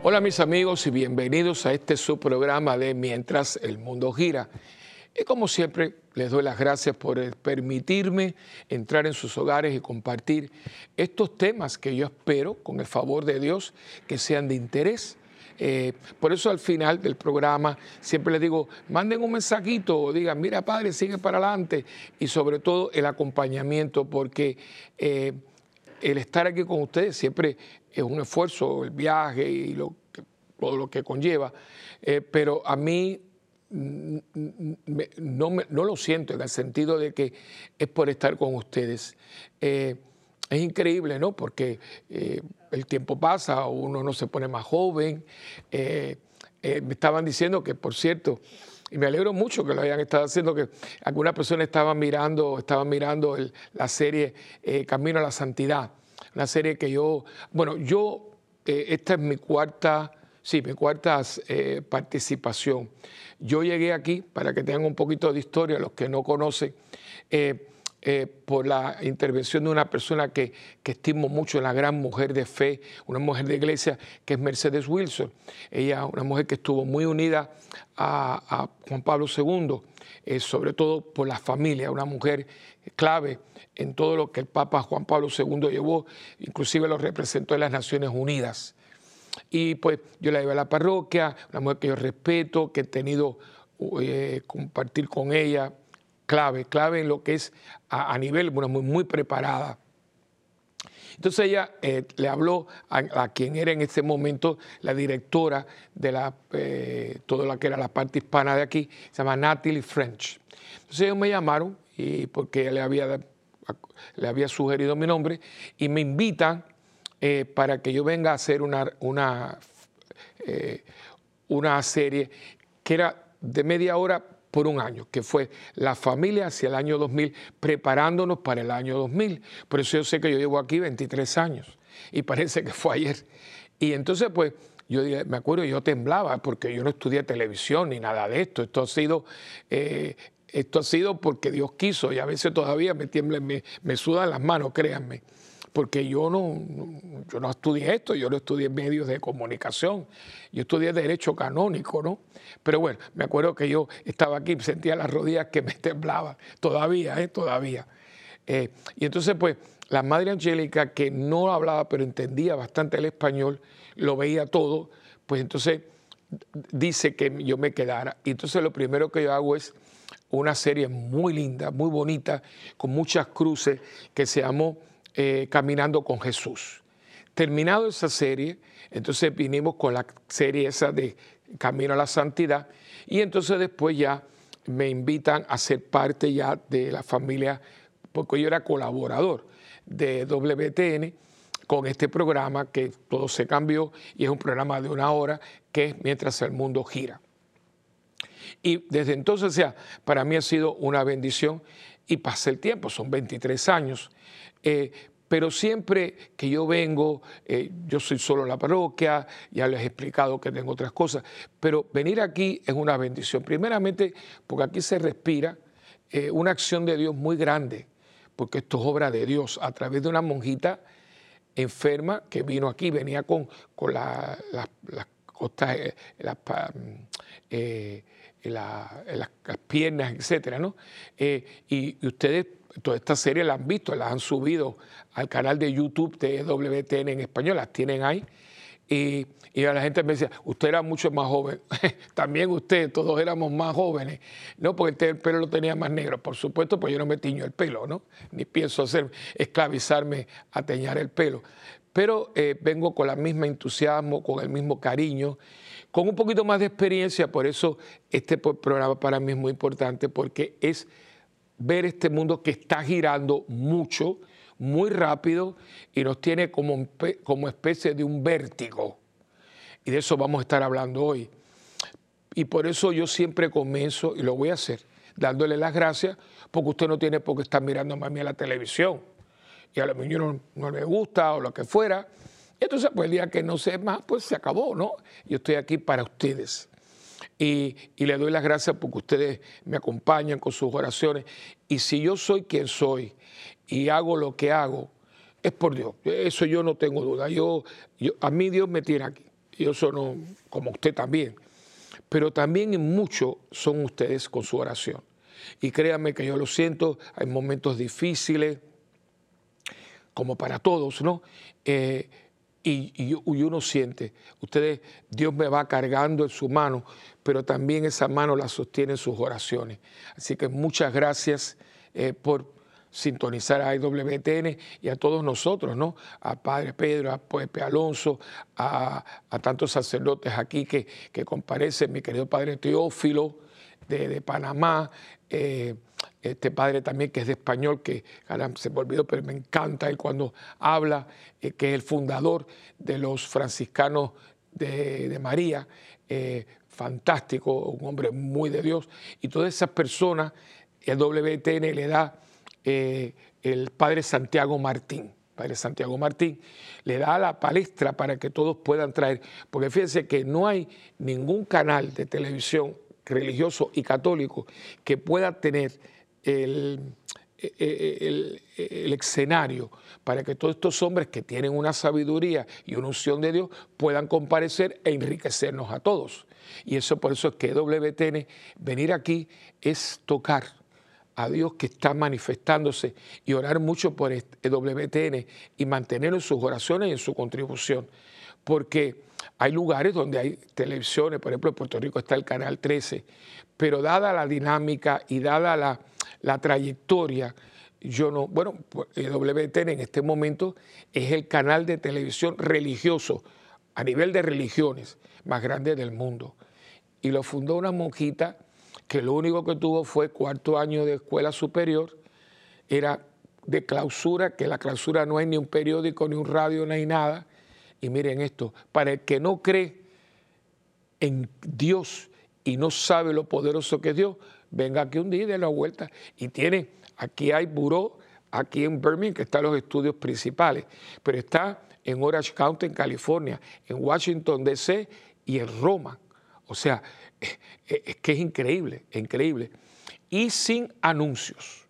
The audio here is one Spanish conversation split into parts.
Hola mis amigos y bienvenidos a este subprograma de Mientras el Mundo Gira. Y como siempre, les doy las gracias por permitirme entrar en sus hogares y compartir estos temas que yo espero, con el favor de Dios, que sean de interés. Por eso al final del programa siempre les digo, manden un mensajito o digan, mira padre, sigue para adelante. Y sobre todo el acompañamiento, porque el estar aquí con ustedes siempre es un esfuerzo, el viaje y todo lo que conlleva, pero a mí no lo siento en el sentido de que es por estar con ustedes. Es increíble, ¿no? Porque el tiempo pasa, uno no se pone más joven. Me estaban diciendo que, por cierto, y me alegro mucho que lo hayan estado haciendo, que algunas personas estaban mirando la serie Camino a la Santidad, una serie que esta es mi cuarta participación. Yo llegué aquí, para que tengan un poquito de historia, los que no conocen, por la intervención de una persona que estimo mucho, la gran mujer de fe, una mujer de iglesia, que es Mercedes Wilson. Ella, una mujer que estuvo muy unida a Juan Pablo II, sobre todo por la familia, una mujer clave en todo lo que el Papa Juan Pablo II llevó, inclusive lo representó en las Naciones Unidas. Y pues yo la llevé a la parroquia, una mujer que yo respeto, que he tenido compartir con ella, clave en lo que es a nivel, bueno, muy preparada. Entonces ella le habló a quien era en ese momento la directora de todo lo que era la parte hispana de aquí, se llama Natalie French. Entonces ellos me llamaron porque le había sugerido mi nombre y me invitan para que yo venga a hacer una serie que era de media hora por un año, que fue la familia hacia el año 2000, preparándonos para el año 2000. Por eso yo sé que yo llevo aquí 23 años y parece que fue ayer. Y entonces pues me acuerdo, yo temblaba porque yo no estudié televisión ni nada de esto. Esto ha sido porque Dios quiso, y a veces todavía me tiemblan, me sudan las manos, créanme. Porque yo no estudié esto, yo no estudié medios de comunicación, yo estudié Derecho Canónico, ¿no? Pero bueno, me acuerdo que yo estaba aquí, sentía las rodillas que me temblaban, todavía. Y entonces, pues, la Madre Angélica, que no hablaba, pero entendía bastante el español, lo veía todo, pues entonces dice que yo me quedara. Y entonces lo primero que yo hago es una serie muy linda, muy bonita, con muchas cruces, que se llamó Caminando con Jesús. Terminado esa serie, entonces vinimos con la serie esa de Camino a la Santidad, y entonces después ya me invitan a ser parte ya de la familia, porque yo era colaborador de WTN con este programa, que todo se cambió y es un programa de 1 hora que es Mientras el Mundo Gira. Y desde entonces, o sea, para mí ha sido una bendición y pasa el tiempo, son 23 años. Pero siempre que yo vengo, yo soy solo en la parroquia, ya les he explicado que tengo otras cosas, pero venir aquí es una bendición. Primeramente, porque aquí se respira una acción de Dios muy grande, porque esto es obra de Dios, a través de una monjita enferma que vino aquí, venía con las costas, las piernas, etcétera, ¿no? Y ustedes toda esta serie la han visto, las han subido al canal de YouTube de WTN en español, las tienen ahí. Y a la gente me decía, usted era mucho más joven. También usted, todos éramos más jóvenes, ¿no? Porque el pelo lo tenía más negro. Por supuesto, pues yo no me tiño el pelo, ¿no? Ni pienso esclavizarme a teñar el pelo. Pero vengo con el mismo entusiasmo, con el mismo cariño, con un poquito más de experiencia. Por eso este programa para mí es muy importante, porque es ver este mundo que está girando mucho, muy rápido, y nos tiene como especie de un vértigo. Y de eso vamos a estar hablando hoy. Y por eso yo siempre comienzo, y lo voy a hacer, dándole las gracias, porque usted no tiene por qué estar mirando a mí a la televisión. Y a lo mejor no le gusta o lo que fuera. Entonces, pues el día que no sé más, pues se acabó, ¿no? Yo estoy aquí para ustedes. Y le doy las gracias porque ustedes me acompañan con sus oraciones. Y si yo soy quien soy y hago lo que hago, es por Dios. Eso yo no tengo duda. A mí Dios me tiene aquí. yo soy como usted también, pero también en mucho son ustedes con su oración. Y créanme que yo lo siento, hay momentos difíciles, como para todos, ¿no? Y uno siente, Dios me va cargando en su mano, pero también esa mano la sostiene en sus oraciones. Así que muchas gracias por sintonizar a IWTN y a todos nosotros, ¿no? A Padre Pedro, a Pepe Alonso, a tantos sacerdotes aquí que comparecen, mi querido Padre Teófilo de Panamá, este padre también que es de español, que caramba, se me olvidó, pero me encanta él cuando habla, que es el fundador de los franciscanos de María, fantástico, un hombre muy de Dios, y todas esas personas, el WTN le da el padre Santiago Martín. Padre Santiago Martín le da la palestra para que todos puedan traer, porque fíjense que no hay ningún canal de televisión religioso y católico que pueda tener el escenario para que todos estos hombres que tienen una sabiduría y una unción de Dios puedan comparecer e enriquecernos a todos. Y eso, por eso es que WTN, venir aquí es tocar a Dios que está manifestándose y orar mucho por WTN y mantener en sus oraciones y en su contribución. Porque hay lugares donde hay televisiones, por ejemplo en Puerto Rico está el Canal 13, pero dada la dinámica y dada la trayectoria, WTN en este momento es el canal de televisión religioso, a nivel de religiones, más grande del mundo. Y lo fundó una monjita que lo único que tuvo fue 4º año de escuela superior, era de clausura, que la clausura no hay ni un periódico, ni un radio, ni hay nada. Y miren esto, para el que no cree en Dios y no sabe lo poderoso que es Dios, venga aquí un día y dé la vuelta. Y aquí hay buró, aquí en Birmingham, que están los estudios principales, pero está en Orange County, en California, en Washington, D.C. y en Roma. O sea, es que es increíble, es increíble. Y sin anuncios,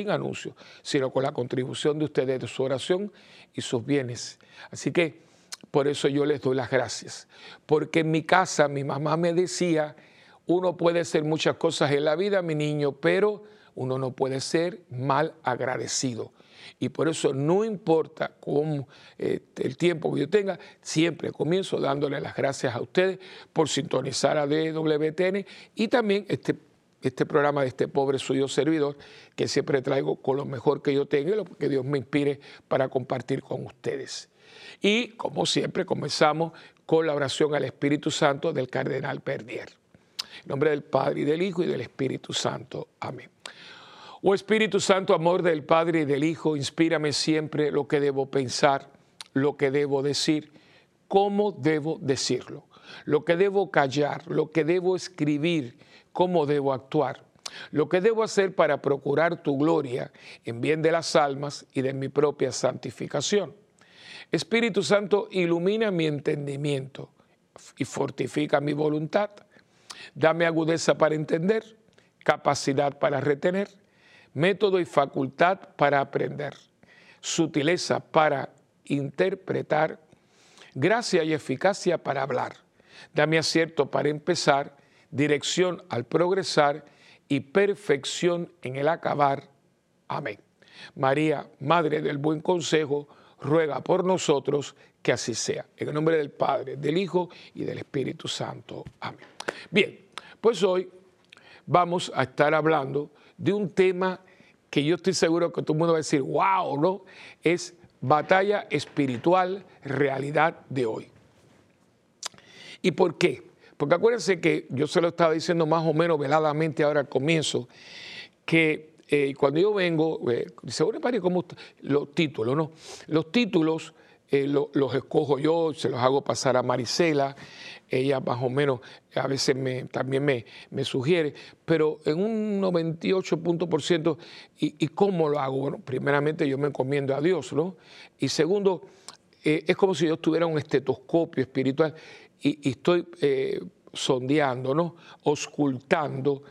sino con la contribución de ustedes, de su oración y sus bienes. Así que por eso yo les doy las gracias. Porque en mi casa mi mamá me decía, uno puede hacer muchas cosas en la vida, mi niño, pero uno no puede ser mal agradecido. Y por eso no importa cómo, el tiempo que yo tenga, siempre comienzo dándole las gracias a ustedes por sintonizar a WTN y también este programa de este pobre suyo servidor, que siempre traigo con lo mejor que yo tengo y lo que Dios me inspire para compartir con ustedes. Y como siempre comenzamos con la oración al Espíritu Santo del Cardenal Verdier. En nombre del Padre y del Hijo y del Espíritu Santo. Amén. Oh Espíritu Santo, amor del Padre y del Hijo, inspírame siempre lo que debo pensar, lo que debo decir, cómo debo decirlo, lo que debo callar, lo que debo escribir, cómo debo actuar, lo que debo hacer para procurar tu gloria en bien de las almas y de mi propia santificación. Espíritu Santo, ilumina mi entendimiento y fortifica mi voluntad. Dame agudeza para entender, capacidad para retener, método y facultad para aprender, sutileza para interpretar, gracia y eficacia para hablar. Dame acierto para empezar, dirección al progresar y perfección en el acabar. Amén. María, Madre del Buen Consejo, ruega por nosotros que así sea. En el nombre del Padre, del Hijo y del Espíritu Santo. Amén. Bien, pues hoy vamos a estar hablando de un tema que yo estoy seguro que todo el mundo va a decir, wow, ¿no? Es batalla espiritual, realidad de hoy. ¿Y por qué? Porque acuérdense que yo se lo estaba diciendo más o menos veladamente ahora al comienzo, que cuando yo vengo, seguro para como los títulos, ¿no? Los títulos los escojo yo, se los hago pasar a Marisela, ella más o menos a veces también me sugiere, pero en un 98%, ¿y cómo lo hago? Bueno, primeramente yo me encomiendo a Dios, ¿no? Y segundo, es como si yo tuviera un estetoscopio espiritual y estoy sondeando, ¿no? Auscultando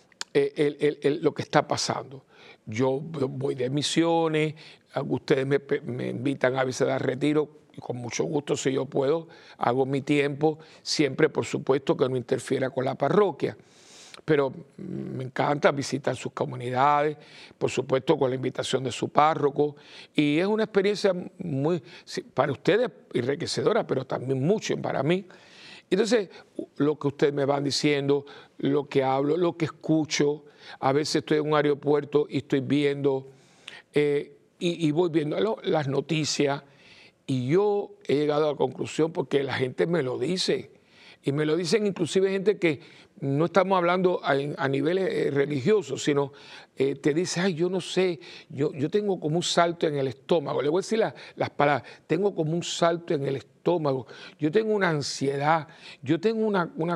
lo que está pasando. Yo voy de misiones, ustedes me invitan a veces a dar retiro, y con mucho gusto, si yo puedo, hago mi tiempo, siempre, por supuesto, que no interfiera con la parroquia. Pero me encanta visitar sus comunidades, por supuesto con la invitación de su párroco, y es una experiencia muy, para ustedes, enriquecedora, pero también mucho para mí. Entonces, lo que ustedes me van diciendo, lo que hablo, lo que escucho, a veces estoy en un aeropuerto y estoy viendo, y voy viendo las noticias, y yo he llegado a la conclusión porque la gente me lo dice, y me lo dicen inclusive gente que no estamos hablando a niveles religiosos, sino te dice, ay, yo no sé, yo tengo como un salto en el estómago. Le voy a decir las palabras, tengo como un salto en el estómago, yo tengo una ansiedad, yo tengo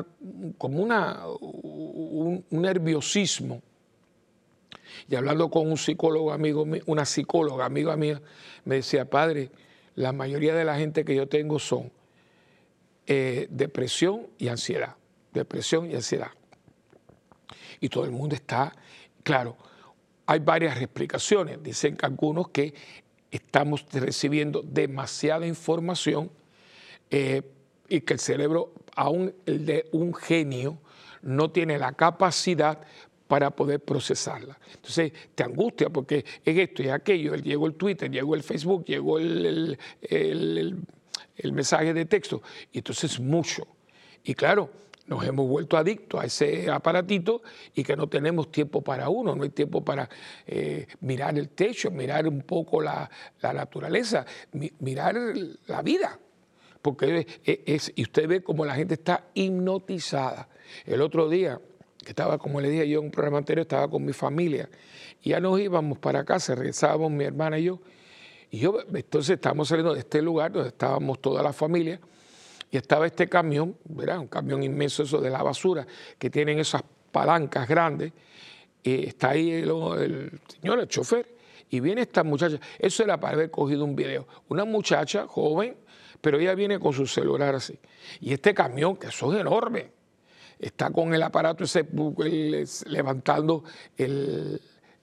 un nerviosismo. Y hablando con un psicólogo amigo mío, una psicóloga amiga mía, me decía, padre, la mayoría de la gente que yo tengo son depresión y ansiedad. Depresión y ansiedad. Y todo el mundo está, claro, hay varias explicaciones. Dicen que algunos que estamos recibiendo demasiada información y que el cerebro, aún el de un genio, no tiene la capacidad para poder procesarla. Entonces te angustia porque es esto y aquello, llegó el Twitter, llegó el Facebook, llegó el mensaje de texto, y entonces es mucho. Y claro, nos hemos vuelto adictos a ese aparatito y que no tenemos tiempo para uno, no hay tiempo para mirar el techo, mirar un poco la naturaleza, mirar la vida. Porque y usted ve como la gente está hipnotizada. El otro día, que estaba, como le dije yo en un programa anterior, estaba con mi familia y ya nos íbamos para casa, regresábamos mi hermana y yo, entonces estábamos saliendo de este lugar donde estábamos toda la familia y estaba este camión, ¿verdad? Un camión inmenso, eso de la basura, que tienen esas palancas grandes, está ahí el señor, el chofer, y viene esta muchacha, eso era para haber cogido un video, una muchacha joven, pero ella viene con su celular así, y este camión, que son enormes, está con el aparato ese levantando el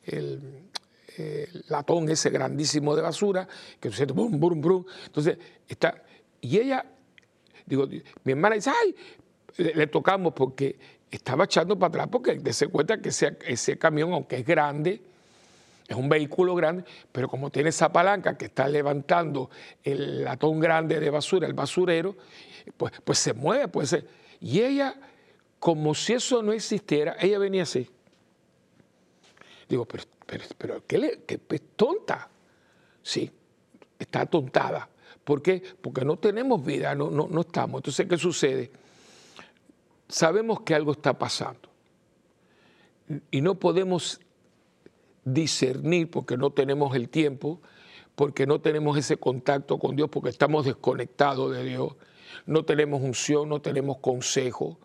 latón ese grandísimo de basura, que se siente brum, brum, brum. Entonces, está, y ella, digo, mi hermana dice, ay, le tocamos porque estaba echando para atrás, porque dése cuenta que ese camión, aunque es grande, es un vehículo grande, pero como tiene esa palanca que está levantando el latón grande de basura, el basurero, pues se mueve, puede ser. Y ella, como si eso no existiera, ella venía así. Digo, pero ¿qué es tonta? Sí, está atontada. ¿Por qué? Porque no tenemos vida, no estamos. Entonces, ¿qué sucede? Sabemos que algo está pasando y no podemos discernir porque no tenemos el tiempo, porque no tenemos ese contacto con Dios, porque estamos desconectados de Dios, no tenemos unción, no tenemos consejo.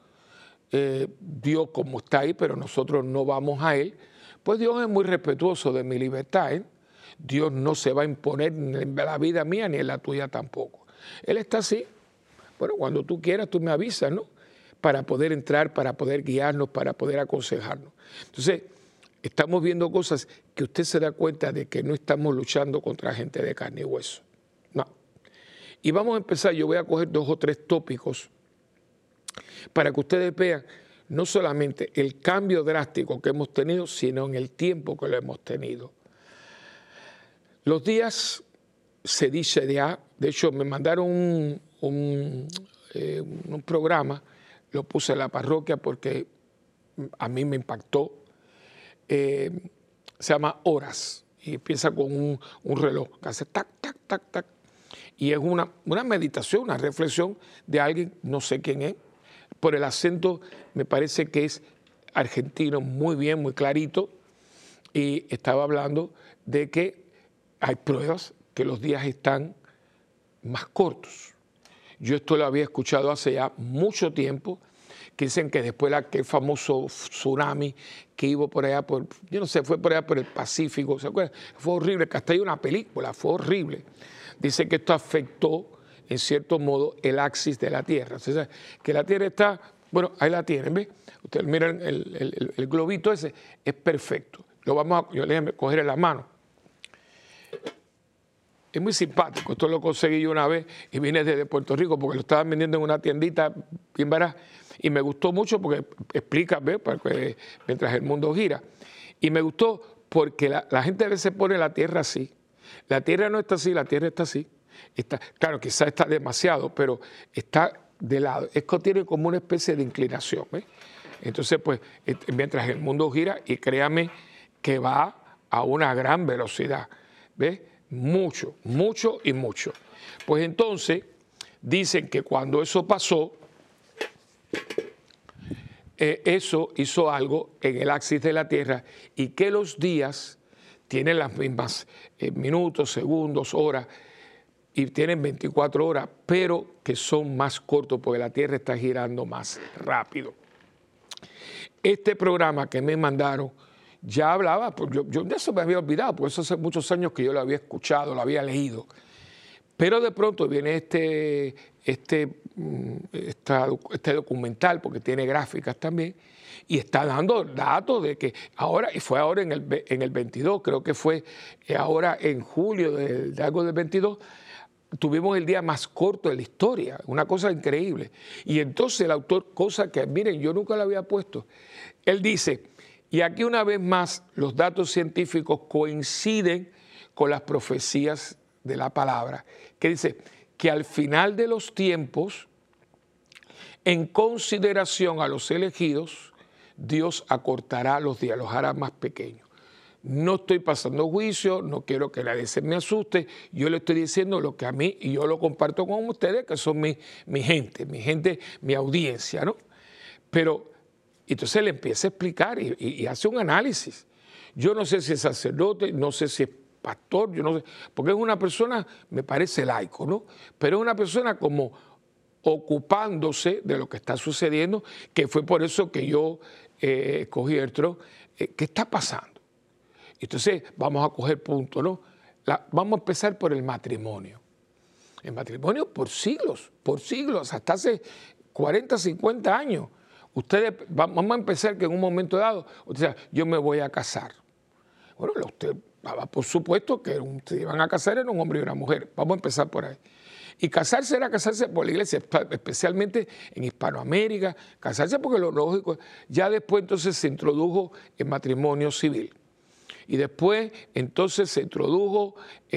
Dios como está ahí, pero nosotros no vamos a Él, pues Dios es muy respetuoso de mi libertad. Dios no se va a imponer en la vida mía ni en la tuya tampoco. Él está así. Bueno, cuando tú quieras, tú me avisas, ¿no? Para poder entrar, para poder guiarnos, para poder aconsejarnos. Entonces, estamos viendo cosas que usted se da cuenta de que no estamos luchando contra gente de carne y hueso. No. Y vamos a empezar, yo voy a coger 2 o 3 tópicos para que ustedes vean no solamente el cambio drástico que hemos tenido, sino en el tiempo que lo hemos tenido. Los días se dice de hecho me mandaron un programa, lo puse en la parroquia porque a mí me impactó, se llama Horas y empieza con un reloj que hace tac, tac, tac, tac, y es una meditación, una reflexión de alguien, no sé quién es, por el acento me parece que es argentino, muy bien, muy clarito, y estaba hablando de que hay pruebas que los días están más cortos. Yo esto lo había escuchado hace ya mucho tiempo, que dicen que después de aquel famoso tsunami que iba por allá, yo no sé, fue por allá por el Pacífico, ¿se acuerdan? Fue horrible, que hasta hay una película, fue horrible. Dicen que esto afectó, en cierto modo, el axis de la Tierra. O sea, que la Tierra está, bueno, ahí la tienen, ¿ves? Ustedes miran el globito ese, es perfecto. Yo déjenme coger en la mano. Es muy simpático. Esto lo conseguí yo una vez y vine desde Puerto Rico porque lo estaban vendiendo en una tiendita bien barata y me gustó mucho porque explica, ¿ves? Porque mientras el mundo gira. Y me gustó porque la gente a veces pone la tierra así. La tierra no está así, la tierra está así. Claro, quizás está demasiado, pero está de lado. Es que tiene como una especie de inclinación, ¿ves? Entonces, pues, mientras el mundo gira, y créame que va a una gran velocidad, ¿ves? Mucho, mucho y mucho. Pues entonces, dicen que cuando eso pasó, eso hizo algo en el axis de la Tierra y que los días tienen las mismas minutos, segundos, horas, y tienen 24 horas, pero que son más cortos porque la Tierra está girando más rápido. Este programa que me mandaron ya hablaba, pues yo de eso me había olvidado, porque eso hace muchos años que yo lo había escuchado, lo había leído. Pero de pronto viene este documental, porque tiene gráficas también, y está dando datos de que ahora, y fue ahora en el 22, creo que fue ahora en julio de algo del 22, tuvimos el día más corto de la historia, una cosa increíble. Y entonces el autor, cosa que, miren, yo nunca la había puesto, él dice, y aquí una vez más los datos científicos coinciden con las profecías de la palabra, que dice que al final de los tiempos, en consideración a los elegidos, Dios acortará los días, los hará más pequeños. No estoy pasando juicio, no quiero que nadie se me asuste, yo le estoy diciendo lo que a mí, y yo lo comparto con ustedes, que son mi gente, mi audiencia, ¿no? Pero entonces le empieza a explicar y hace un análisis. Yo no sé si es sacerdote, no sé si es pastor, yo no sé, porque es una persona, me parece laico, ¿no? Pero es una persona como ocupándose de lo que está sucediendo, que fue por eso que yo escogí el tro. ¿Qué está pasando? Entonces vamos a coger punto, ¿no? Vamos a empezar por el matrimonio. El matrimonio por siglos, hasta hace 40, 50 años. Vamos a empezar que en un momento dado, usted dice, yo me voy a casar. Bueno, usted, por supuesto que se iban a casar, era un hombre y una mujer. Vamos a empezar por ahí. Y casarse era casarse por la iglesia, especialmente en Hispanoamérica, casarse porque lo lógico, ya después entonces se introdujo el matrimonio civil. Y después entonces se introdujo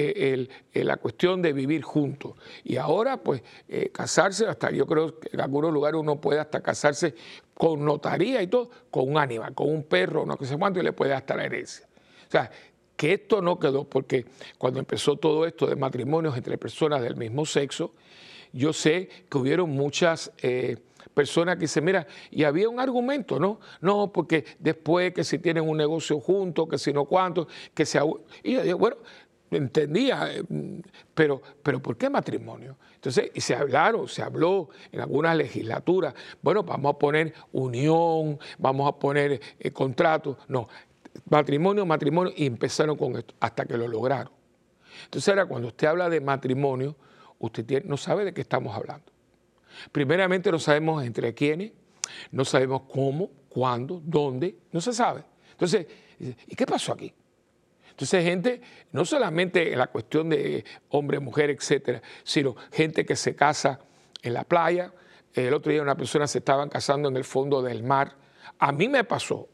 la cuestión de vivir juntos. Y ahora pues casarse, hasta yo creo que en algunos lugares uno puede hasta casarse con notaría y todo, con un animal, con un perro, no sé cuánto, y le puede hasta la herencia. O sea, que esto no quedó, porque cuando empezó todo esto de matrimonios entre personas del mismo sexo, yo sé que hubieron muchas personas que dicen, mira, y había un argumento, ¿no? No, porque después que si tienen un negocio juntos, que si no cuánto, que se... Y yo digo, bueno, entendía, pero ¿por qué matrimonio? Entonces, y se habló en algunas legislaturas, bueno, vamos a poner unión, vamos a poner contrato, no, matrimonio, y empezaron con esto, hasta que lo lograron. Entonces ahora cuando usted habla de matrimonio, usted no sabe de qué estamos hablando. Primeramente no sabemos entre quiénes, no sabemos cómo, cuándo, dónde, no se sabe. Entonces, ¿y qué pasó aquí? Entonces gente, no solamente en la cuestión de hombre, mujer, etcétera, sino gente que se casa en la playa. El otro día una persona se estaban casando en el fondo del mar. A mí me pasó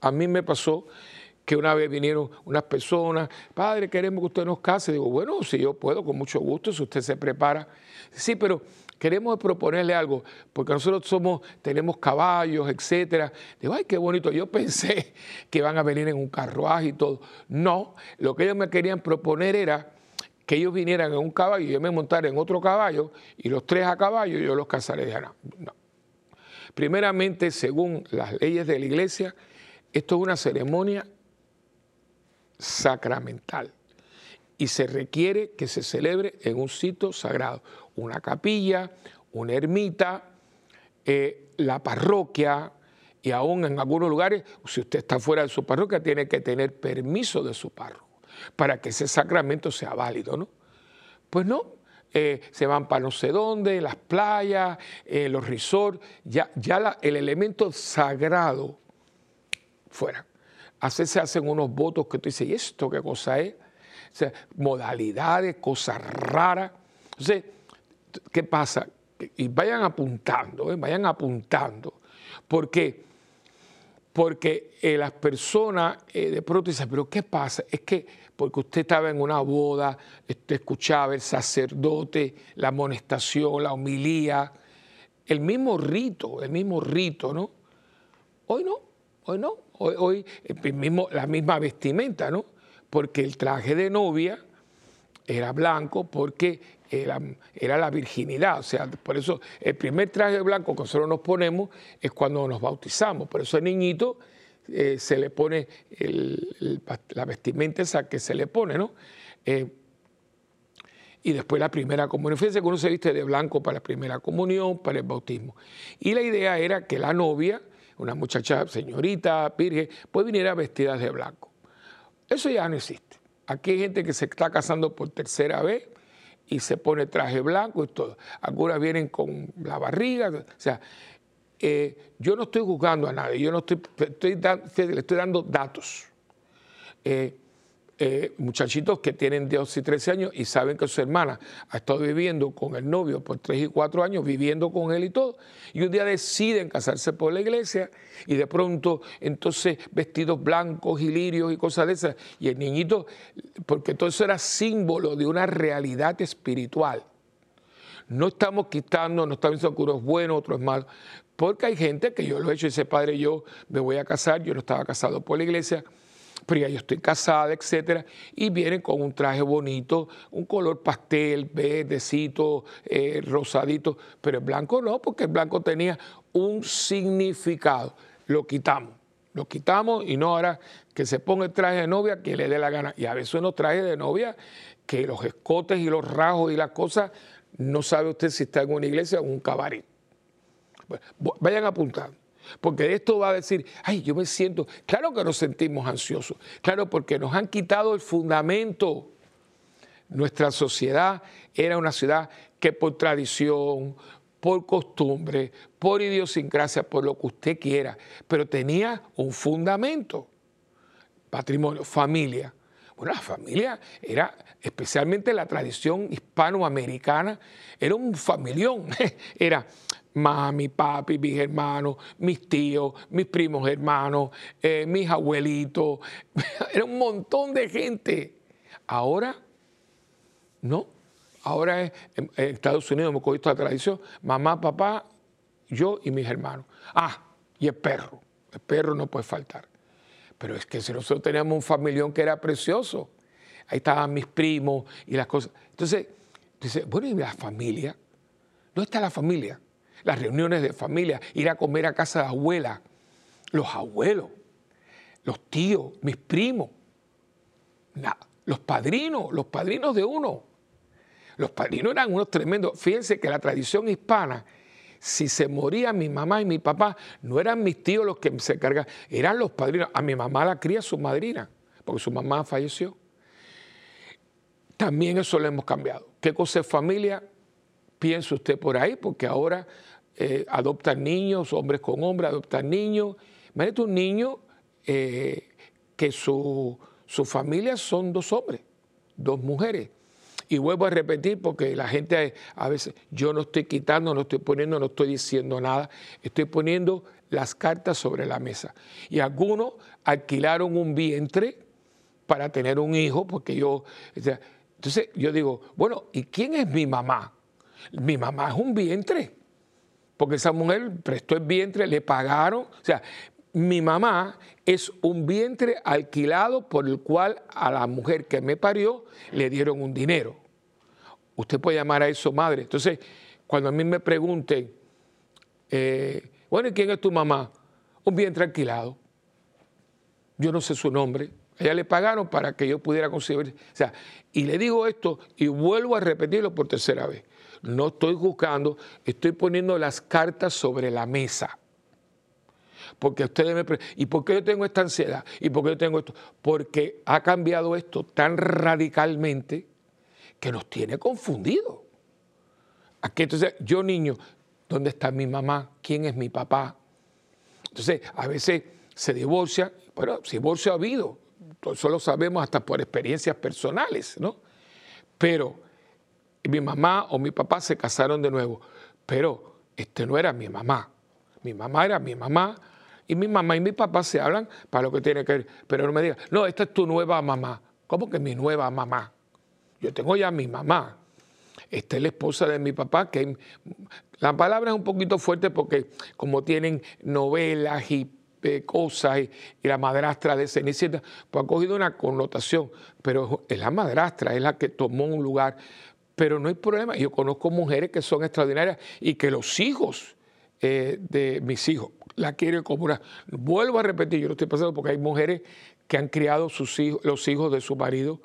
que una vez vinieron unas personas, padre, queremos que usted nos case. Digo, bueno, si yo puedo, con mucho gusto, si usted se prepara. Sí, pero queremos proponerle algo, porque nosotros tenemos caballos, etcétera. Digo, ay, qué bonito. Yo pensé que iban a venir en un carruaje y todo. No, lo que ellos me querían proponer era que ellos vinieran en un caballo y yo me montara en otro caballo y los tres a caballo yo los casaré. Dije, no. Primeramente, según las leyes de la iglesia, esto es una ceremonia sacramental y se requiere que se celebre en un sitio sagrado, una capilla, una ermita, la parroquia, y aún en algunos lugares, si usted está fuera de su parroquia, tiene que tener permiso de su párroco para que ese sacramento sea válido, ¿no? Pues no, se van para no sé dónde, las playas, los resorts, ya el elemento sagrado fuera. Se hacen unos votos que tú dices, ¿y esto qué cosa es? sea, modalidades, cosas raras. Entonces, ¿qué pasa? Y vayan apuntando, vayan apuntando. ¿Por qué? Porque las personas de pronto dicen, pero ¿qué pasa? Es que porque usted estaba en una boda, usted escuchaba el sacerdote, la amonestación, la homilía, el mismo rito, ¿no? Hoy no, hoy no. Hoy la misma vestimenta, ¿no? Porque el traje de novia era blanco porque era la virginidad. O sea, por eso el primer traje blanco que nosotros nos ponemos es cuando nos bautizamos. Por eso al niñito se le pone la vestimenta esa que se le pone, ¿no? Y después la primera comunión. Fíjense que uno se viste de blanco para la primera comunión, para el bautismo. Y la idea era que la novia, una muchacha señorita, virgen, pues viniera vestida de blanco. Eso ya no existe. Aquí hay gente que se está casando por tercera vez y se pone traje blanco y todo. Algunas vienen con la barriga. O sea, yo no estoy juzgando a nadie, yo no le estoy dando datos. Muchachitos que tienen 12 y 13 años y saben que su hermana ha estado viviendo con el novio por 3 y 4 años, viviendo con él y todo, y un día deciden casarse por la iglesia y de pronto entonces vestidos blancos y lirios y cosas de esas, y el niñito, porque todo eso era símbolo de una realidad espiritual. No estamos quitando, no estamos diciendo que uno es bueno, otro es malo, porque hay gente que yo lo he hecho, dice, padre, yo me voy a casar, yo no estaba casado por la iglesia, pero ya yo estoy casada, etcétera, y vienen con un traje bonito, un color pastel, verdecito, rosadito, pero el blanco no, porque el blanco tenía un significado. Lo quitamos y no ahora que se ponga el traje de novia que le dé la gana. Y a veces unos trajes de novia que los escotes y los rajos y las cosas, no sabe usted si está en una iglesia o en un cabaret. Bueno, vayan apuntando. Porque de esto va a decir, ay, yo me siento, claro que nos sentimos ansiosos, claro, porque nos han quitado el fundamento. Nuestra sociedad era una ciudad que por tradición, por costumbre, por idiosincrasia, por lo que usted quiera, pero tenía un fundamento. Patrimonio, familia. Bueno, la familia era, especialmente la tradición hispanoamericana, era un familión, era mami, papi, mis hermanos, mis tíos, mis primos hermanos, mis abuelitos, era un montón de gente. Ahora, no. Ahora en Estados Unidos hemos cogido esta tradición, mamá, papá, yo y mis hermanos. Ah, y el perro no puede faltar. Pero es que si nosotros teníamos un familión que era precioso, ahí estaban mis primos y las cosas. Entonces, dice, bueno, ¿y la familia? ¿Dónde está la familia? Las reuniones de familia, ir a comer a casa de abuela, los abuelos, los tíos, mis primos, los padrinos de uno. Los padrinos eran unos tremendos. Fíjense que la tradición hispana, si se moría mi mamá y mi papá, no eran mis tíos los que se encargaban, eran los padrinos. A mi mamá la cría su madrina, porque su mamá falleció. También eso lo hemos cambiado. ¿Qué cosa es familia? Piense usted por ahí, porque ahora adoptan niños, hombres con hombres, adoptan niños. Imagínate un niño que su familia son 2 hombres, 2 mujeres. Y vuelvo a repetir porque la gente a veces, yo no estoy quitando, no estoy poniendo, no estoy diciendo nada, estoy poniendo las cartas sobre la mesa. Y algunos alquilaron un vientre para tener un hijo, porque entonces yo digo, bueno, ¿y quién es mi mamá? Mi mamá es un vientre, porque esa mujer prestó el vientre, le pagaron, o sea, mi mamá es un vientre alquilado por el cual a la mujer que me parió le dieron un dinero. Usted puede llamar a eso madre. Entonces, cuando a mí me pregunten, bueno, ¿y quién es tu mamá? Un vientre alquilado. Yo no sé su nombre. A ella le pagaron para que yo pudiera concebir. O sea, y le digo esto y vuelvo a repetirlo por tercera vez. No estoy juzgando, estoy poniendo las cartas sobre la mesa. Porque ustedes me preguntan, ¿y por qué yo tengo esta ansiedad? ¿Y por qué yo tengo esto? Porque ha cambiado esto tan radicalmente que nos tiene confundidos. Aquí entonces, yo niño, ¿dónde está mi mamá? ¿Quién es mi papá? Entonces, a veces se divorcia, bueno, divorcio ha habido. eso lo sabemos hasta por experiencias personales, ¿no? Pero mi mamá o mi papá se casaron de nuevo, pero no era mi mamá. Mi mamá era mi mamá y mi mamá y mi papá se hablan para lo que tiene que ver. Pero no me digan, no, esta es tu nueva mamá. ¿Cómo que mi nueva mamá? Yo tengo ya mi mamá. Esta es la esposa de mi papá, que la palabra es un poquito fuerte porque como tienen novelas y cosas y la madrastra de Cenicienta, pues ha cogido una connotación, pero es la madrastra, es la que tomó un lugar. Pero no hay problema, yo conozco mujeres que son extraordinarias y que los hijos de mis hijos la quieren como una... Vuelvo a repetir, yo lo estoy pasando porque hay mujeres que han criado los hijos de su marido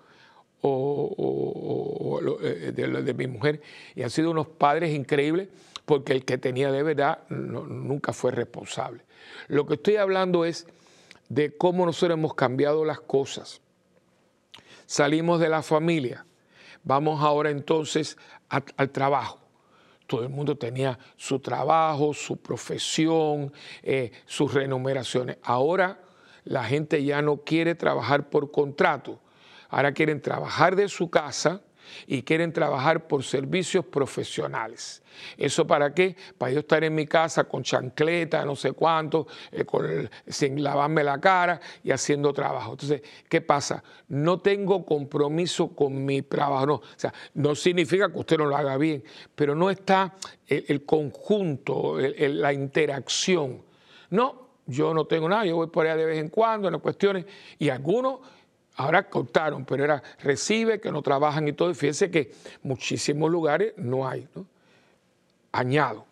de mi mujer y han sido unos padres increíbles porque el que tenía de verdad nunca fue responsable. Lo que estoy hablando es de cómo nosotros hemos cambiado las cosas. Salimos de la familia, vamos ahora entonces al trabajo. Todo el mundo tenía su trabajo, su profesión, sus remuneraciones. Ahora la gente ya no quiere trabajar por contrato. Ahora quieren trabajar de su casa y quieren trabajar por servicios profesionales. ¿Eso para qué? Para yo estar en mi casa con chancleta, no sé cuánto, sin lavarme la cara y haciendo trabajo. Entonces, ¿qué pasa? No tengo compromiso con mi trabajo. No, o sea, no significa que usted no lo haga bien, pero no está el conjunto, la interacción. No, yo no tengo nada, yo voy por allá de vez en cuando en las cuestiones y algunos... Ahora cortaron, pero era recibe, que no trabajan y todo. Y fíjense que muchísimos lugares no hay, ¿no? Añado,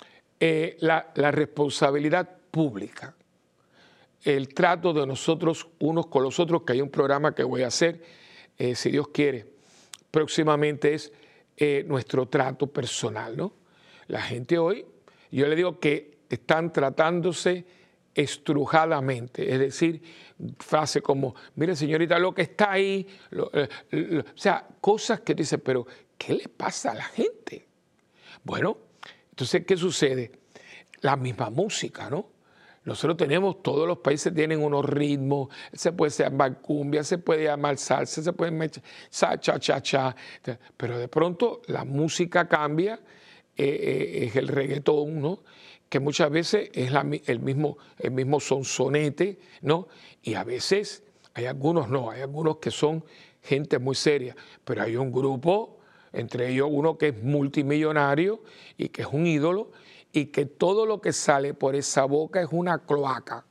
la responsabilidad pública, el trato de nosotros unos con los otros, que hay un programa que voy a hacer, si Dios quiere, próximamente es nuestro trato personal, ¿no? La gente hoy, yo le digo que están tratándose estrujadamente, es decir, frase como, mire señorita, lo que está ahí, o sea, cosas que dicen, pero ¿qué le pasa a la gente? Bueno, entonces, ¿qué sucede? La misma música, ¿no? Nosotros tenemos, todos los países tienen unos ritmos, se puede llamar cumbia, se puede llamar salsa, se puede llamar cha-cha-cha, pero de pronto la música cambia, es el reggaetón, ¿no? Que muchas veces es el mismo sonsonete, ¿no? Y a veces hay algunos no, hay algunos que son gente muy seria, pero hay un grupo, entre ellos uno que es multimillonario y que es un ídolo, y que todo lo que sale por esa boca es una cloaca,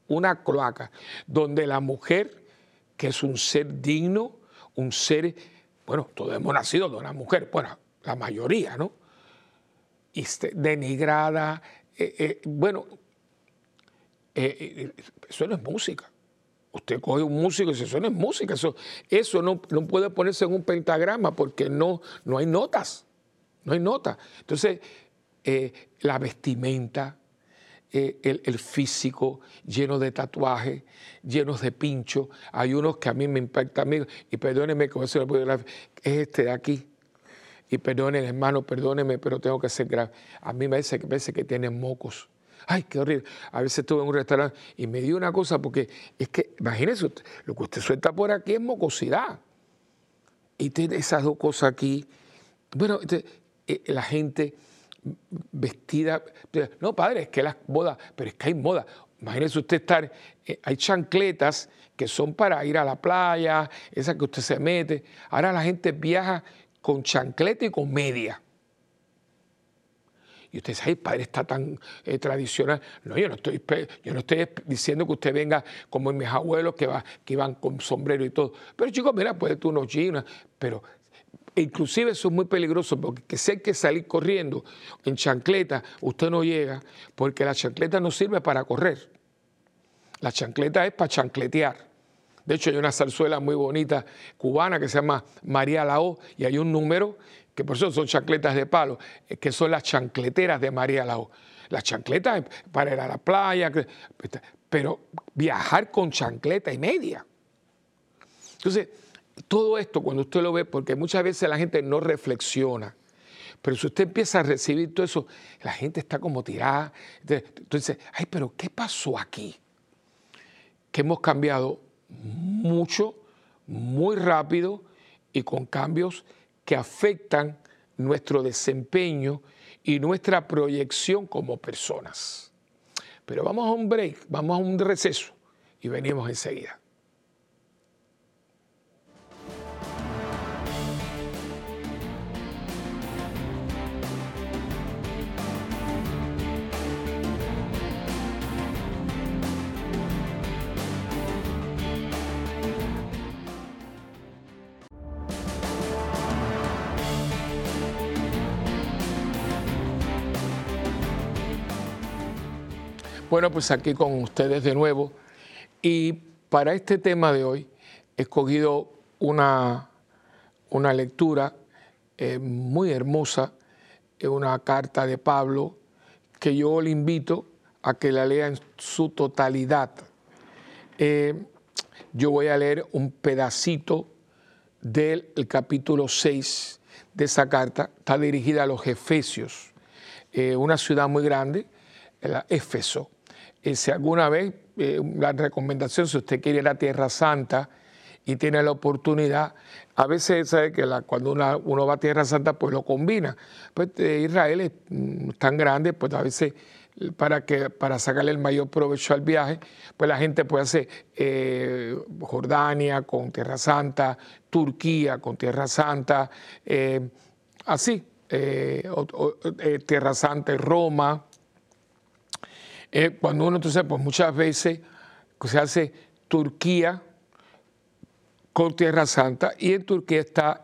donde la mujer, que es un ser digno, un ser, bueno, todos hemos nacido de una mujer, bueno, la mayoría, ¿no? Y denigrada, bueno, eso no es música. Usted coge un músico y dice, eso no es música, eso no puede ponerse en un pentagrama porque no hay notas, no hay notas. Entonces, la vestimenta, el físico lleno de tatuajes, llenos de pinchos. Hay unos que a mí me impactan, y perdónenme que eso es este de aquí. Y perdonen, hermano, perdónenme, pero tengo que ser grave. A mí me parece que tienen mocos. Ay, qué horrible. A veces estuve en un restaurante y me dio una cosa porque es que, imagínese, lo que usted suelta por aquí es mocosidad. Y tiene esas dos cosas aquí. Bueno, la gente vestida. No, padre, es que las modas, pero es que hay moda. Imagínese usted estar, hay chancletas que son para ir a la playa, esas que usted se mete. Ahora la gente viaja con chancleta y con media. Y usted dice, ay, padre, está tan tradicional. No, yo no estoy diciendo que usted venga como en mis abuelos que iban con sombrero y todo. Pero chicos, mira, puede tú unos jeans, pero inclusive eso es muy peligroso porque si hay que salir corriendo en chancleta, usted no llega porque la chancleta no sirve para correr. La chancleta es para chancletear. De hecho, hay una zarzuela muy bonita cubana que se llama María Lao y hay un número que por eso son chancletas de palo, que son las chancleteras de María Lao. Las chancletas para ir a la playa, pero viajar con chancleta y media. Entonces, todo esto cuando usted lo ve, porque muchas veces la gente no reflexiona, pero si usted empieza a recibir todo eso, la gente está como tirada. Entonces, ay, pero ¿qué pasó aquí? Que hemos cambiado mucho, muy rápido y con cambios que afectan nuestro desempeño y nuestra proyección como personas. Pero vamos a un break, vamos a un receso y venimos enseguida. Bueno, pues aquí con ustedes de nuevo. Y para este tema de hoy he escogido una lectura muy hermosa, una carta de Pablo, que yo le invito a que la lea en su totalidad. Yo voy a leer un pedacito del capítulo 6 de esa carta. Está dirigida a los Efesios, una ciudad muy grande, Éfeso. Si alguna vez, la recomendación, si usted quiere ir a Tierra Santa y tiene la oportunidad, a veces sabe que cuando uno va a Tierra Santa, pues lo combina. Pues Israel es tan grande, pues a veces para sacarle el mayor provecho al viaje, pues la gente puede hacer Jordania con Tierra Santa, Turquía con Tierra Santa, así, Tierra Santa y Roma. Cuando uno, entonces, pues muchas veces se hace Turquía con Tierra Santa, y en Turquía está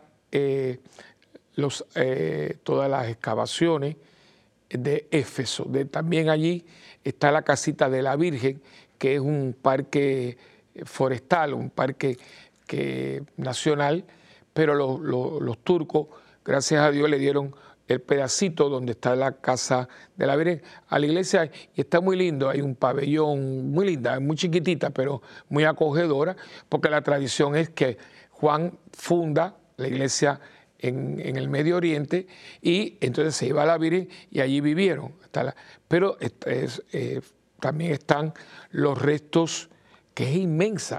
todas las excavaciones de Éfeso. También allí está la casita de la Virgen, que es un parque forestal, un parque nacional, pero los turcos, gracias a Dios, le dieron el pedacito donde está la casa de la Virgen a la iglesia, y está muy lindo. Hay un pabellón muy linda, muy chiquitita, pero muy acogedora, porque la tradición es que Juan funda la iglesia en el Medio Oriente, y entonces se iba a la Virgen y allí vivieron. Pero también están los restos, que es inmensa,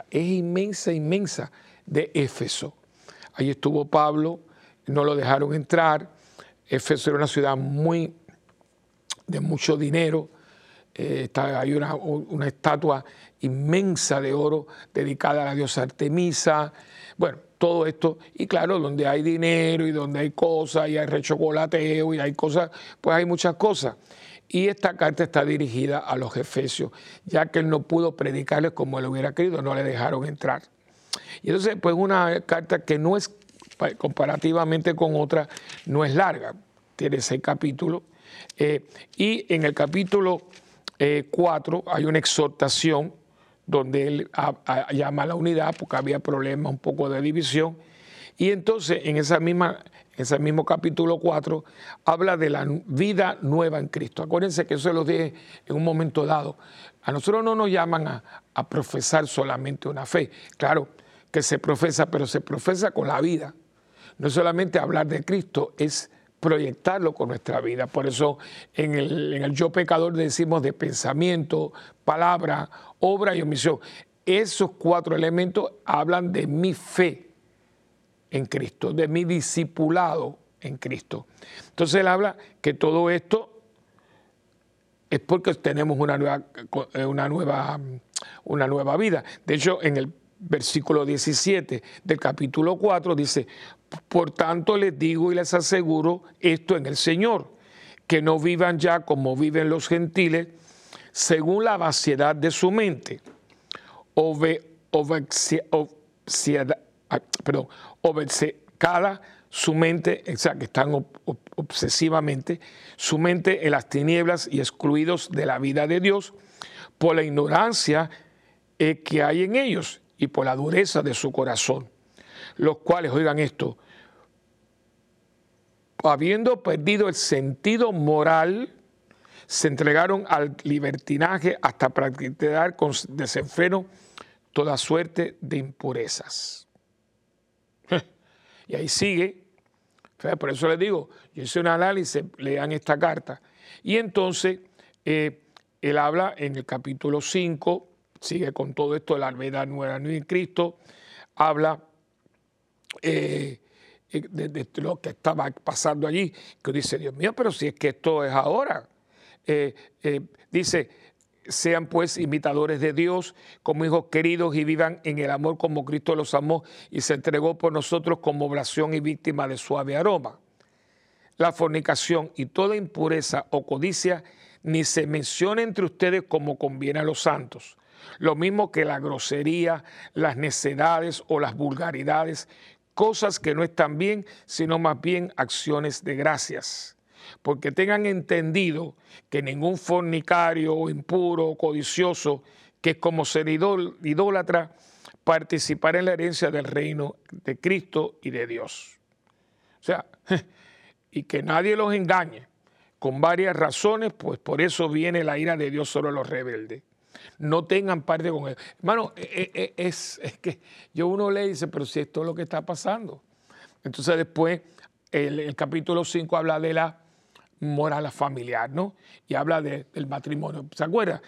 de Éfeso. Allí estuvo Pablo, no lo dejaron entrar. Éfeso era una ciudad de mucho dinero. Hay una estatua inmensa de oro dedicada a la diosa Artemisa. Bueno, todo esto, y claro, donde hay dinero y donde hay cosas, y hay rechocolateo y hay cosas, pues hay muchas cosas. Y esta carta está dirigida a los efesios, ya que él no pudo predicarles como él hubiera querido, no le dejaron entrar. Y entonces, pues una carta que no es, comparativamente con otras, no es larga, tiene 6 capítulos, y en el capítulo 4 hay una exhortación donde él llama a la unidad porque había problemas, un poco de división, y entonces en ese mismo capítulo 4 habla de la vida nueva en Cristo. Acuérdense que eso se los dije en un momento dado. A nosotros no nos llaman a profesar solamente una fe. Claro que se profesa, pero se profesa con la vida. No es solamente hablar de Cristo, es proyectarlo con nuestra vida. Por eso en el yo pecador decimos de pensamiento, palabra, obra y omisión. Esos 4 elementos hablan de mi fe en Cristo, de mi discipulado en Cristo. Entonces él habla que todo esto es porque tenemos una nueva vida. De hecho, en el versículo 17 del capítulo 4 dice: por tanto les digo y les aseguro esto en el Señor, que no vivan ya como viven los gentiles, según la vaciedad de su mente, obcecada su mente, o sea, que están obsesivamente, su mente en las tinieblas y excluidos de la vida de Dios por la ignorancia que hay en ellos y por la dureza de su corazón, los cuales, oigan esto, habiendo perdido el sentido moral, se entregaron al libertinaje hasta practicar con desenfreno toda suerte de impurezas. Y ahí sigue. Por eso les digo, yo hice un análisis, lean esta carta. Y entonces él habla en el capítulo 5, sigue con todo esto de la verdad nueva en Cristo, habla de lo que estaba pasando allí, que dice, Dios mío, pero si es que esto es ahora. Dice, sean pues imitadores de Dios como hijos queridos y vivan en el amor como Cristo los amó y se entregó por nosotros como oblación y víctima de suave aroma. La fornicación y toda impureza o codicia ni se menciona entre ustedes como conviene a los santos. Lo mismo que la grosería, las necedades o las vulgaridades, cosas que no están bien, sino más bien acciones de gracias. Porque tengan entendido que ningún fornicario o impuro o codicioso, que es como ser idólatra, participará en la herencia del reino de Cristo y de Dios. O sea, y que nadie los engañe, con varias razones, pues por eso viene la ira de Dios sobre los rebeldes. No tengan parte con él. Hermano, es que uno lee y dice, pero si esto es lo que está pasando. Entonces después el capítulo 5 habla de la moral familiar, ¿no? Y habla del matrimonio. ¿Se acuerda?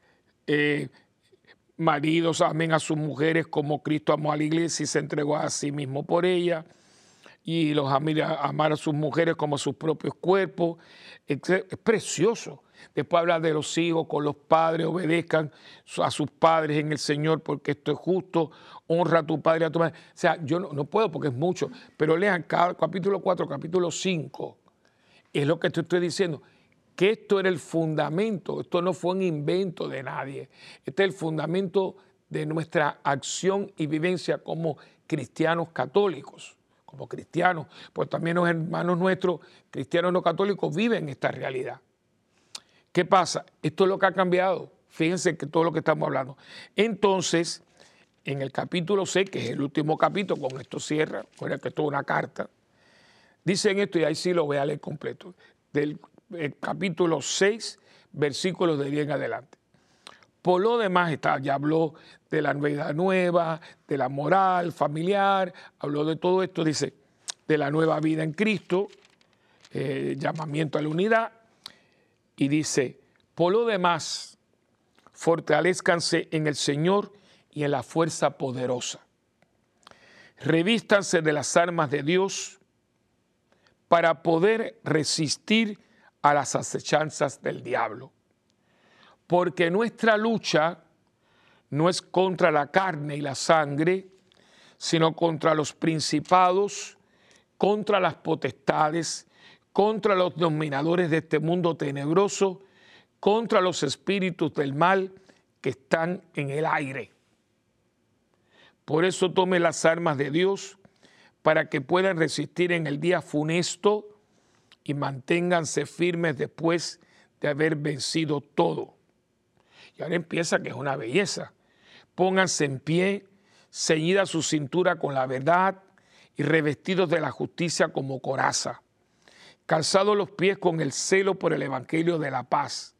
Maridos amen a sus mujeres como Cristo amó a la iglesia y se entregó a sí mismo por ella. Y los amar a sus mujeres como a sus propios cuerpos. Es precioso. Después habla de los hijos con los padres, obedezcan a sus padres en el Señor porque esto es justo, honra a tu padre y a tu madre. O sea, yo no puedo porque es mucho, pero lean cada capítulo 4, capítulo 5. Es lo que te estoy diciendo, que esto era el fundamento, esto no fue un invento de nadie. Este es el fundamento de nuestra acción y vivencia como cristianos católicos. Como cristianos, pues también los hermanos nuestros, cristianos no católicos, viven esta realidad. ¿Qué pasa? Esto es lo que ha cambiado. Fíjense que todo lo que estamos hablando. Entonces, en el capítulo 6, que es el último capítulo, con esto cierra, recuerda que esto es una carta, dicen esto y ahí sí lo voy a leer completo. Del capítulo 6, versículos de 10 en adelante. Por lo demás, ya habló de la vida nueva, de la moral familiar, habló de todo esto, dice, de la nueva vida en Cristo, llamamiento a la unidad, y dice, por lo demás, fortalézcanse en el Señor y en la fuerza poderosa. Revístanse de las armas de Dios para poder resistir a las acechanzas del diablo. Porque nuestra lucha no es contra la carne y la sangre, sino contra los principados, contra las potestades, contra los dominadores de este mundo tenebroso, contra los espíritus del mal que están en el aire. Por eso tome las armas de Dios para que puedan resistir en el día funesto y manténganse firmes después de haber vencido todo. Y ahora empieza, que es una belleza. Pónganse en pie, ceñida su cintura con la verdad y revestidos de la justicia como coraza. Calzados los pies con el celo por el evangelio de la paz.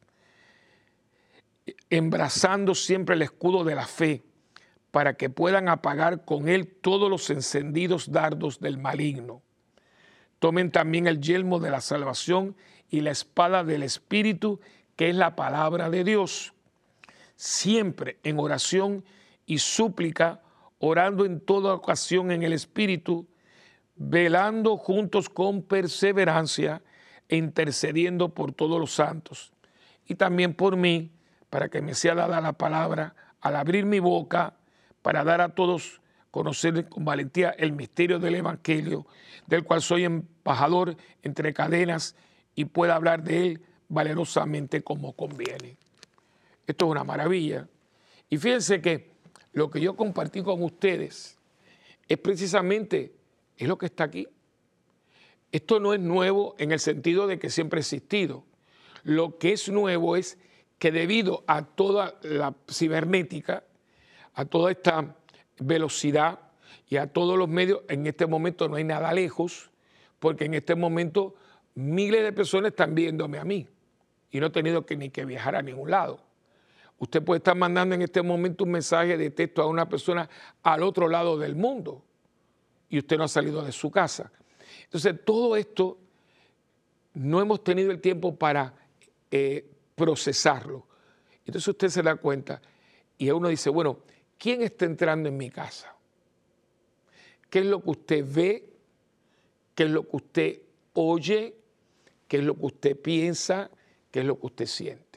Embrazando siempre el escudo de la fe para que puedan apagar con él todos los encendidos dardos del maligno. Tomen también el yelmo de la salvación y la espada del Espíritu, que es la palabra de Dios. Siempre en oración y súplica, orando en toda ocasión en el Espíritu, velando juntos con perseverancia e intercediendo por todos los santos. Y también por mí, para que me sea dada la palabra al abrir mi boca, para dar a todos conocer con valentía el misterio del Evangelio, del cual soy embajador entre cadenas y pueda hablar de él valerosamente como conviene. Esto es una maravilla. Y fíjense que lo que yo compartí con ustedes es precisamente lo que está aquí. Esto no es nuevo en el sentido de que siempre ha existido. Lo que es nuevo es que debido a toda la cibernética, a toda esta velocidad y a todos los medios, en este momento no hay nada lejos, porque en este momento miles de personas están viéndome a mí y no he tenido ni que viajar a ningún lado. Usted puede estar mandando en este momento un mensaje de texto a una persona al otro lado del mundo y usted no ha salido de su casa. Entonces, todo esto no hemos tenido el tiempo para procesarlo. Entonces usted se da cuenta, Y uno dice, bueno, ¿quién está entrando en mi casa? ¿Qué es lo que usted ve? ¿Qué es lo que usted oye? ¿Qué es lo que usted piensa? ¿Qué es lo que usted siente?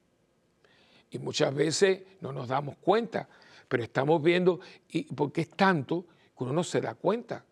Y muchas veces no nos damos cuenta, pero estamos viendo, y porque es tanto que uno no se da cuenta.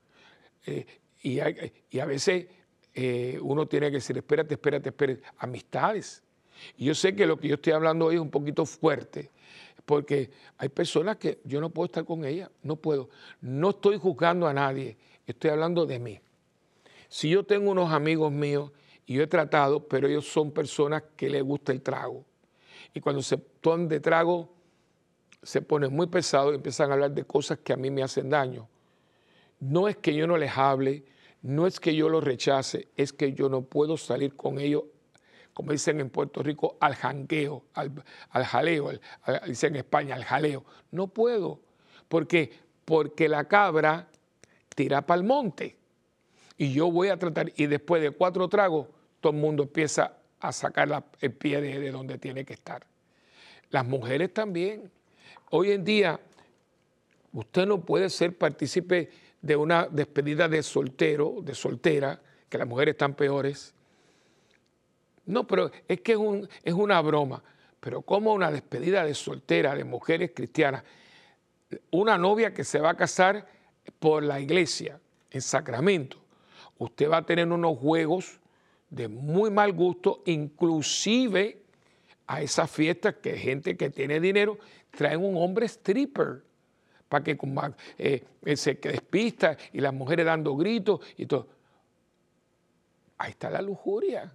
Y a veces uno tiene que decir, espérate, amistades. Y yo sé que lo que yo estoy hablando hoy es un poquito fuerte, porque hay personas que yo no puedo estar con ellas, no puedo. No estoy juzgando a nadie, estoy hablando de mí. Si yo tengo unos amigos míos y yo he tratado, pero ellos son personas que les gusta el trago. Y cuando se toman de trago, se ponen muy pesados y empiezan a hablar de cosas que a mí me hacen daño. No es que yo no les hable, no es que yo los rechace, es que yo no puedo salir con ellos, como dicen en Puerto Rico, al jangueo, al jaleo, dicen en España, al jaleo. No puedo. ¿Por qué? Porque la cabra tira para el monte. Y yo voy a tratar, y después de 4 tragos, todo el mundo empieza a sacar el pie de donde tiene que estar. Las mujeres también. Hoy en día, usted no puede ser partícipe de una despedida de soltero, de soltera, que las mujeres están peores. No, pero es que es una broma. Pero como una despedida de soltera de mujeres cristianas, una novia que se va a casar por la iglesia, en Sacramento, usted va a tener unos juegos de muy mal gusto, inclusive a esas fiestas que gente que tiene dinero traen un hombre stripper para que se despista y las mujeres dando gritos y todo. Ahí está la lujuria.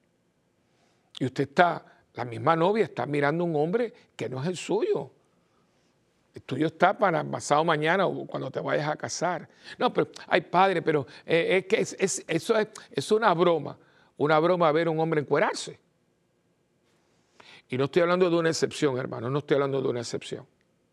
Y usted la misma novia está mirando a un hombre que no es el suyo. El tuyo está para pasado mañana o cuando te vayas a casar. No, pero, ay padre, pero es que eso es una broma ver a un hombre encuerarse. Y no estoy hablando de una excepción, hermano, no estoy hablando de una excepción.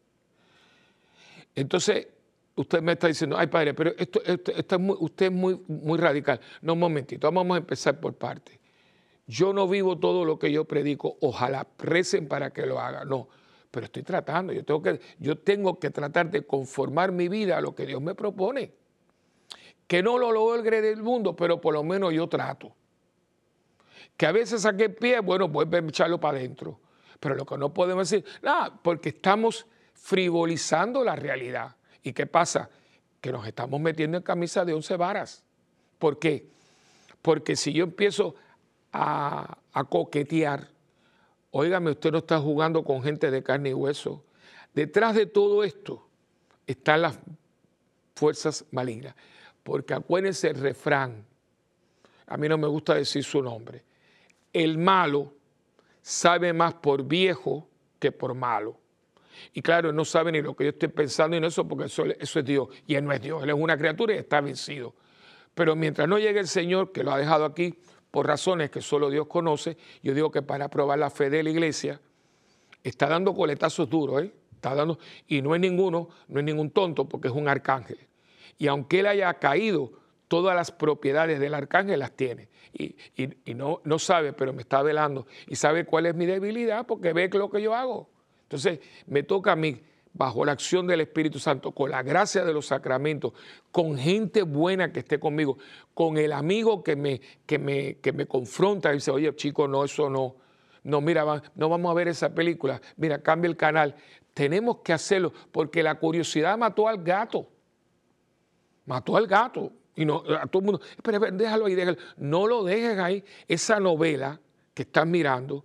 Entonces, usted me está diciendo, ay padre, pero usted es muy radical. No, un momentito, vamos a empezar por partes. Yo no vivo todo lo que yo predico, ojalá recen para que lo haga, no. Pero estoy tratando, yo tengo que tratar de conformar mi vida a lo que Dios me propone. Que no lo logre del mundo, pero por lo menos yo trato. Que a veces saqué el pie, bueno, vuelve a echarlo para adentro. Pero lo que no podemos decir, nada, porque estamos frivolizando la realidad. ¿Y qué pasa? Que nos estamos metiendo en camisa de 11 varas. ¿Por qué? Porque si yo empiezo a coquetear, óigame, usted no está jugando con gente de carne y hueso. Detrás de todo esto están las fuerzas malignas. Porque acuérdense el refrán, a mí no me gusta decir su nombre, el malo sabe más por viejo que por malo. Y claro, él no sabe ni lo que yo estoy pensando y no eso, porque eso es Dios. Y él no es Dios, él es una criatura y está vencido. Pero mientras no llegue el Señor, que lo ha dejado aquí por razones que solo Dios conoce, yo digo que para probar la fe de la iglesia, está dando coletazos duros, está dando, y no es ningún tonto, porque es un arcángel. Y aunque él haya caído, todas las propiedades del arcángel las tiene. Y no sabe, pero me está velando. Y sabe cuál es mi debilidad, porque ve lo que yo hago. Entonces, me toca a mí, bajo la acción del Espíritu Santo, con la gracia de los sacramentos, con gente buena que esté conmigo, con el amigo que me confronta y dice, oye, chico, no, eso no. No, mira, no vamos a ver esa película. Mira, cambia el canal. Tenemos que hacerlo, porque la curiosidad mató al gato. Mató al gato. Y no, a todo el mundo, pero déjalo ahí, déjalo. No lo dejes ahí. Esa novela que estás mirando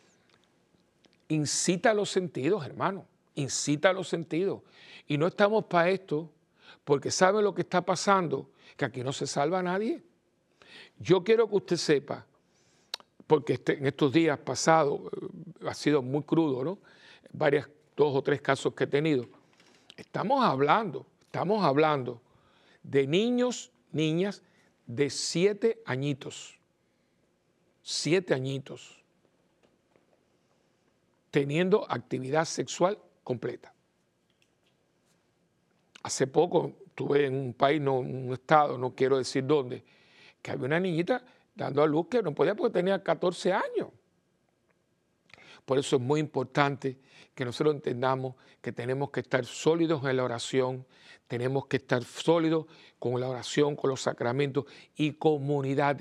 incita a los sentidos, hermano. Incita a los sentidos. Y no estamos para esto, porque ¿sabe lo que está pasando? Que aquí no se salva a nadie. Yo quiero que usted sepa, porque en estos días pasados ha sido muy crudo, ¿no? 2 o 3 casos que he tenido. Estamos hablando de niños, niñas de 7 añitos, 7 añitos, teniendo actividad sexual completa. Hace poco estuve en un país, un estado, no quiero decir dónde, que había una niñita dando a luz que no podía porque tenía 14 años. Por eso es muy importante que nosotros entendamos que tenemos que estar sólidos en la oración, tenemos que estar sólidos con la oración, con los sacramentos y comunidad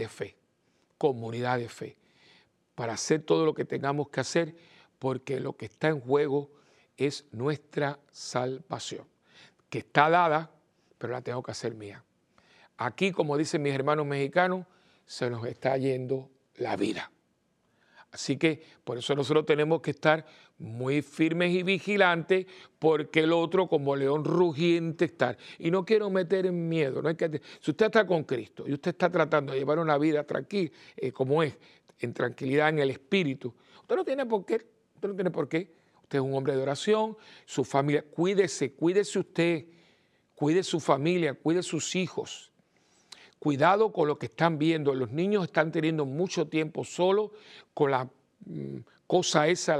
de fe, para hacer todo lo que tengamos que hacer, porque lo que está en juego es nuestra salvación, que está dada, pero la tengo que hacer mía. Aquí, como dicen mis hermanos mexicanos, se nos está yendo la vida. Así que por eso nosotros tenemos que estar muy firmes y vigilantes, porque el otro como león rugiente está. Y no quiero meter en miedo. No hay que, si usted está con Cristo y usted está tratando de llevar una vida tranquila, como es, en tranquilidad en el espíritu, usted no tiene por qué. Usted no tiene por qué. Usted es un hombre de oración, su familia, cuídese usted, cuide su familia, cuide sus hijos. Cuidado con lo que están viendo. Los niños están teniendo mucho tiempo solos con la cosa esa,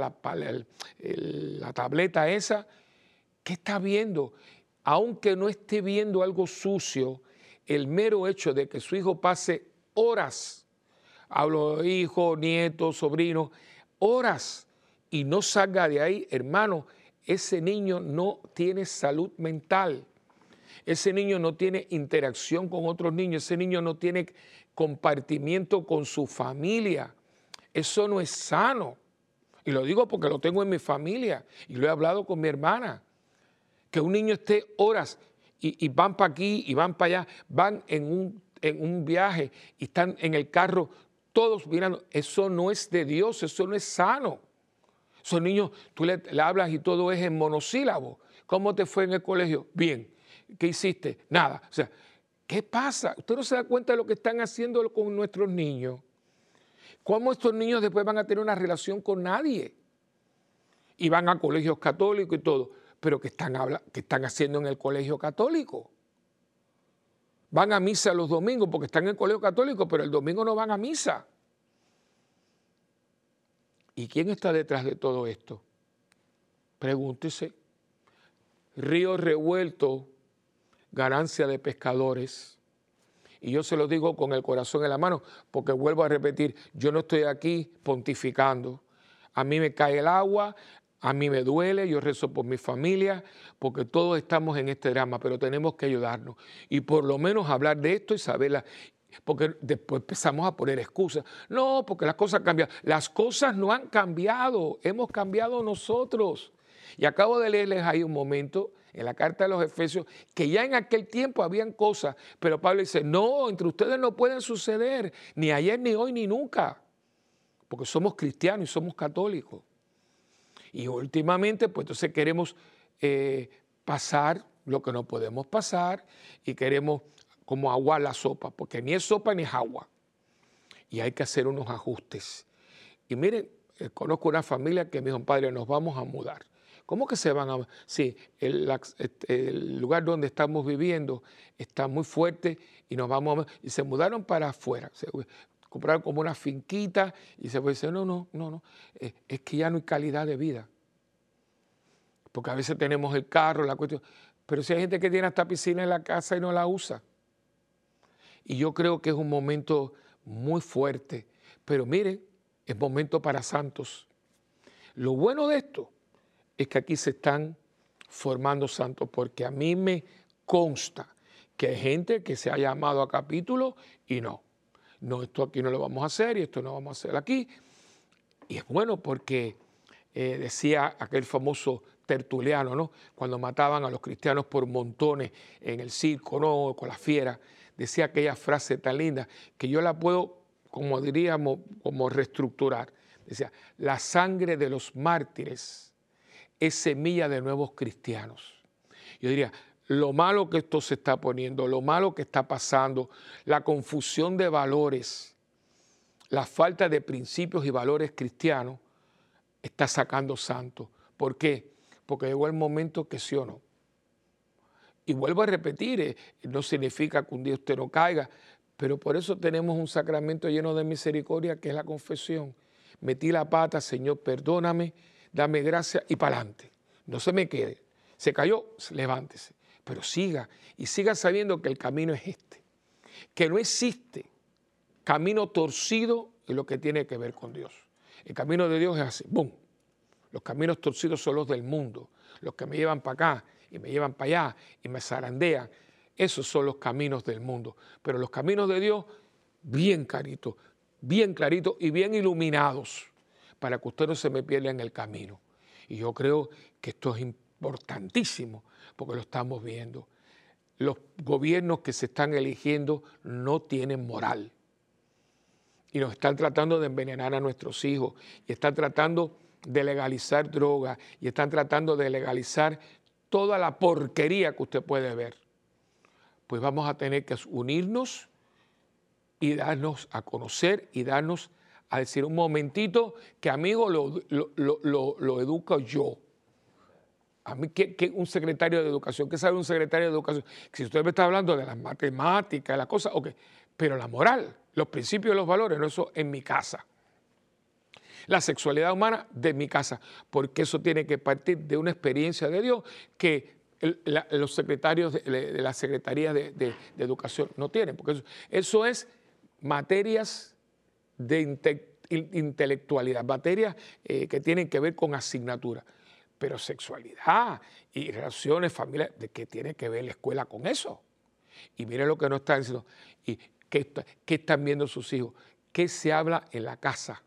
la tableta esa. ¿Qué está viendo? Aunque no esté viendo algo sucio, el mero hecho de que su hijo pase horas, hablo de hijos, nietos, sobrinos, horas, y no salga de ahí, hermano, ese niño no tiene salud mental. Ese niño no tiene interacción con otros niños, ese niño no tiene compartimiento con su familia. Eso no es sano. Y lo digo porque lo tengo en mi familia y lo he hablado con mi hermana. Que un niño esté horas y van para aquí y van para allá, van en un viaje y están en el carro todos mirando. Eso no es de Dios, eso no es sano. Esos niños, tú le hablas y todo es en monosílabo. ¿Cómo te fue en el colegio? Bien. ¿Qué hiciste? Nada. O sea, ¿qué pasa? Usted no se da cuenta de lo que están haciendo con nuestros niños. ¿Cómo estos niños después van a tener una relación con nadie? Y van a colegios católicos y todo. Pero ¿qué están haciendo en el colegio católico? Van a misa los domingos porque están en el colegio católico, pero el domingo no van a misa. ¿Y quién está detrás de todo esto? Pregúntese. Río revuelto, ganancia de pescadores. Y yo se lo digo con el corazón en la mano, porque vuelvo a repetir, yo no estoy aquí pontificando. A mí me cae el agua, a mí me duele, yo rezo por mi familia, porque todos estamos en este drama, pero tenemos que ayudarnos. Y por lo menos hablar de esto y saberla, porque después empezamos a poner excusas. No, porque las cosas cambian. Las cosas no han cambiado, hemos cambiado nosotros. Y acabo de leerles ahí un momento en la carta de los Efesios que ya en aquel tiempo habían cosas, pero Pablo dice, no, entre ustedes no pueden suceder, ni ayer, ni hoy, ni nunca, porque somos cristianos y somos católicos. Y últimamente, pues entonces queremos pasar lo que no podemos pasar y queremos como aguar la sopa, porque ni es sopa ni es agua. Y hay que hacer unos ajustes. Y miren, conozco una familia que me dijo, padre, nos vamos a mudar. ¿Cómo que se van a...? Sí, el lugar donde estamos viviendo está muy fuerte y nos vamos a... Y se mudaron para afuera. Compraron como una finquita y se dice, no. Es que ya no hay calidad de vida. Porque a veces tenemos el carro, la cuestión... Pero si hay gente que tiene hasta piscina en la casa y no la usa. Y yo creo que es un momento muy fuerte. Pero miren, es momento para santos. Lo bueno de esto es que aquí se están formando santos, porque a mí me consta que hay gente que se ha llamado a capítulo y no, esto aquí no lo vamos a hacer y esto no vamos a hacer aquí. Y es bueno porque decía aquel famoso Tertuliano, ¿no? Cuando mataban a los cristianos por montones en el circo, ¿no? Con las fieras, decía aquella frase tan linda que yo la puedo, como diríamos, como reestructurar. Decía, la sangre de los mártires es semilla de nuevos cristianos. Yo diría, lo malo que esto se está poniendo, lo malo que está pasando, la confusión de valores, la falta de principios y valores cristianos, está sacando santos. ¿Por qué? Porque llegó el momento que sí o no. Y vuelvo a repetir, no significa que un día usted no caiga, pero por eso tenemos un sacramento lleno de misericordia que es la confesión. Metí la pata, Señor, perdóname, dame gracia y para adelante. No se me quede. Se cayó, levántese. Pero siga y siga sabiendo que el camino es este. Que no existe camino torcido en lo que tiene que ver con Dios. El camino de Dios es así, ¡bum! Los caminos torcidos son los del mundo, los que me llevan para acá y me llevan para allá y me zarandean. Esos son los caminos del mundo. Pero los caminos de Dios, bien claritos y bien iluminados, para que usted no se me pierda en el camino. Y yo creo que esto es importantísimo, porque lo estamos viendo. Los gobiernos que se están eligiendo no tienen moral. Y nos están tratando de envenenar a nuestros hijos, y están tratando de legalizar drogas, y están tratando de legalizar toda la porquería que usted puede ver. Pues vamos a tener que unirnos y darnos a conocer y darnos a decir un momentito que amigo lo educo yo. A mí, ¿qué un secretario de educación? ¿Qué sabe un secretario de educación? Si usted me está hablando de las matemáticas, las cosas, ok, pero la moral, los principios y los valores, no, eso en mi casa. La sexualidad humana de mi casa, porque eso tiene que partir de una experiencia de Dios que los secretarios de la Secretaría de Educación no tienen, porque eso es materias de intelectualidad, materias que tienen que ver con asignatura. Pero sexualidad y relaciones familiares, ¿de qué tiene que ver la escuela con eso? Y mire lo que nos están diciendo. ¿Y qué están viendo sus hijos? ¿Qué se habla en la casa?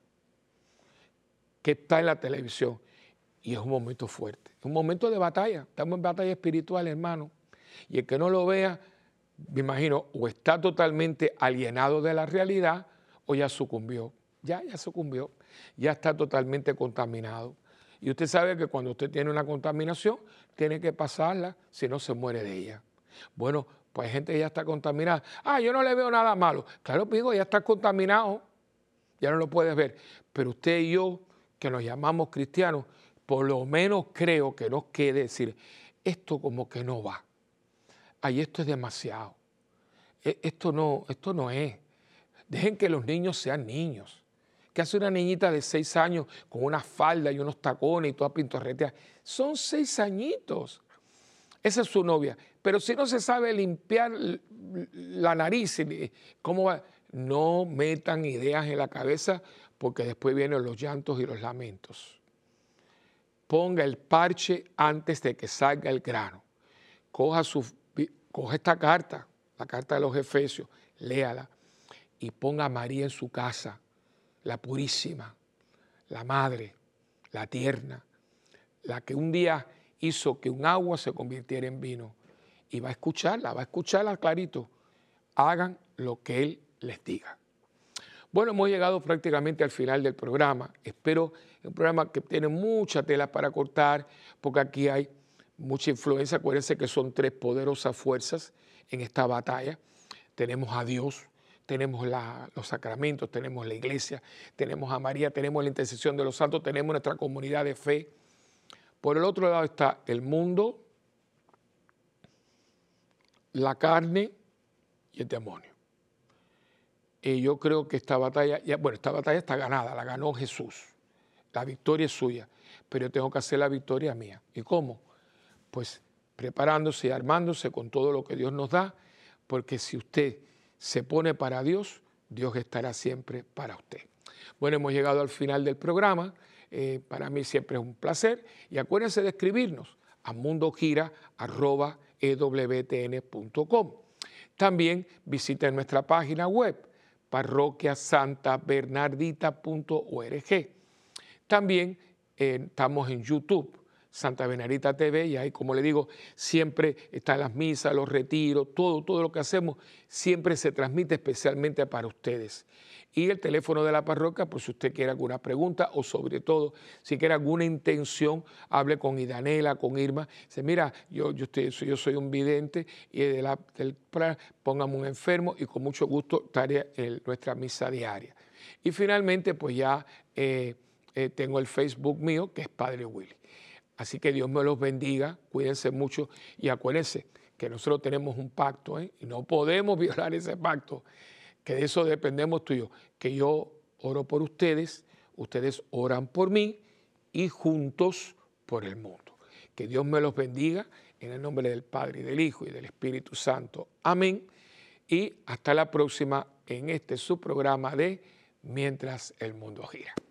¿Qué está en la televisión? Y es un momento fuerte, es un momento de batalla. Estamos en batalla espiritual, hermano. Y el que no lo vea, me imagino, o está totalmente alienado de la realidad o ya sucumbió. Ya sucumbió. Ya está totalmente contaminado. Y usted sabe que cuando usted tiene una contaminación, tiene que pasarla, si no se muere de ella. Bueno, pues hay gente que ya está contaminada. Yo no le veo nada malo. Claro, amigo, ya está contaminado, ya no lo puedes ver. Pero usted y yo, que nos llamamos cristianos, por lo menos creo que nos quede decir, esto como que no va. Esto es demasiado. Esto no es. Dejen que los niños sean niños. ¿Qué hace una niñita de 6 años con una falda y unos tacones y toda pintorreteada? Son 6 añitos. Esa es su novia. Pero si no se sabe limpiar la nariz, ¿cómo va? No metan ideas en la cabeza porque después vienen los llantos y los lamentos. Ponga el parche antes de que salga el grano. Coja esta carta, la carta de los Efesios, léala y ponga a María en su casa, la purísima, la madre, la tierna, la que un día hizo que un agua se convirtiera en vino. Y va a escucharla clarito. Hagan lo que Él les diga. Bueno, hemos llegado prácticamente al final del programa. Espero, un programa que tiene mucha tela para cortar, porque aquí hay mucha influencia. Acuérdense que son 3 poderosas fuerzas en esta batalla. Tenemos a Dios, tenemos los sacramentos, tenemos la iglesia, tenemos a María, tenemos la intercesión de los santos, tenemos nuestra comunidad de fe. Por el otro lado está el mundo, la carne y el demonio. Y yo creo que esta batalla está ganada, la ganó Jesús. La victoria es suya, pero yo tengo que hacer la victoria mía. ¿Y cómo? Pues preparándose y armándose con todo lo que Dios nos da, porque si usted se pone para Dios, Dios estará siempre para usted. Bueno, hemos llegado al final del programa. Para mí siempre es un placer. Y acuérdense de escribirnos a mundogira@ewtn.com. También visiten nuestra página web, parroquiasantabernardita.org. También estamos en YouTube, Santa Bernardita TV, y ahí, como le digo, siempre están las misas, los retiros, todo lo que hacemos siempre se transmite especialmente para ustedes. Y el teléfono de la parroquia, por si usted quiere alguna pregunta o sobre todo, si quiere alguna intención, hable con Idanela, con Irma. Dice, mira, yo soy un vidente y póngame un enfermo y con mucho gusto estaré en nuestra misa diaria. Y finalmente, pues ya tengo el Facebook mío, que es Padre Willy. Así que Dios me los bendiga, cuídense mucho y acuérdense que nosotros tenemos un pacto y no podemos violar ese pacto, que de eso dependemos tú y yo, que yo oro por ustedes, ustedes oran por mí y juntos por el mundo. Que Dios me los bendiga en el nombre del Padre y del Hijo y del Espíritu Santo. Amén. Y hasta la próxima en este su programa de Mientras el Mundo Gira.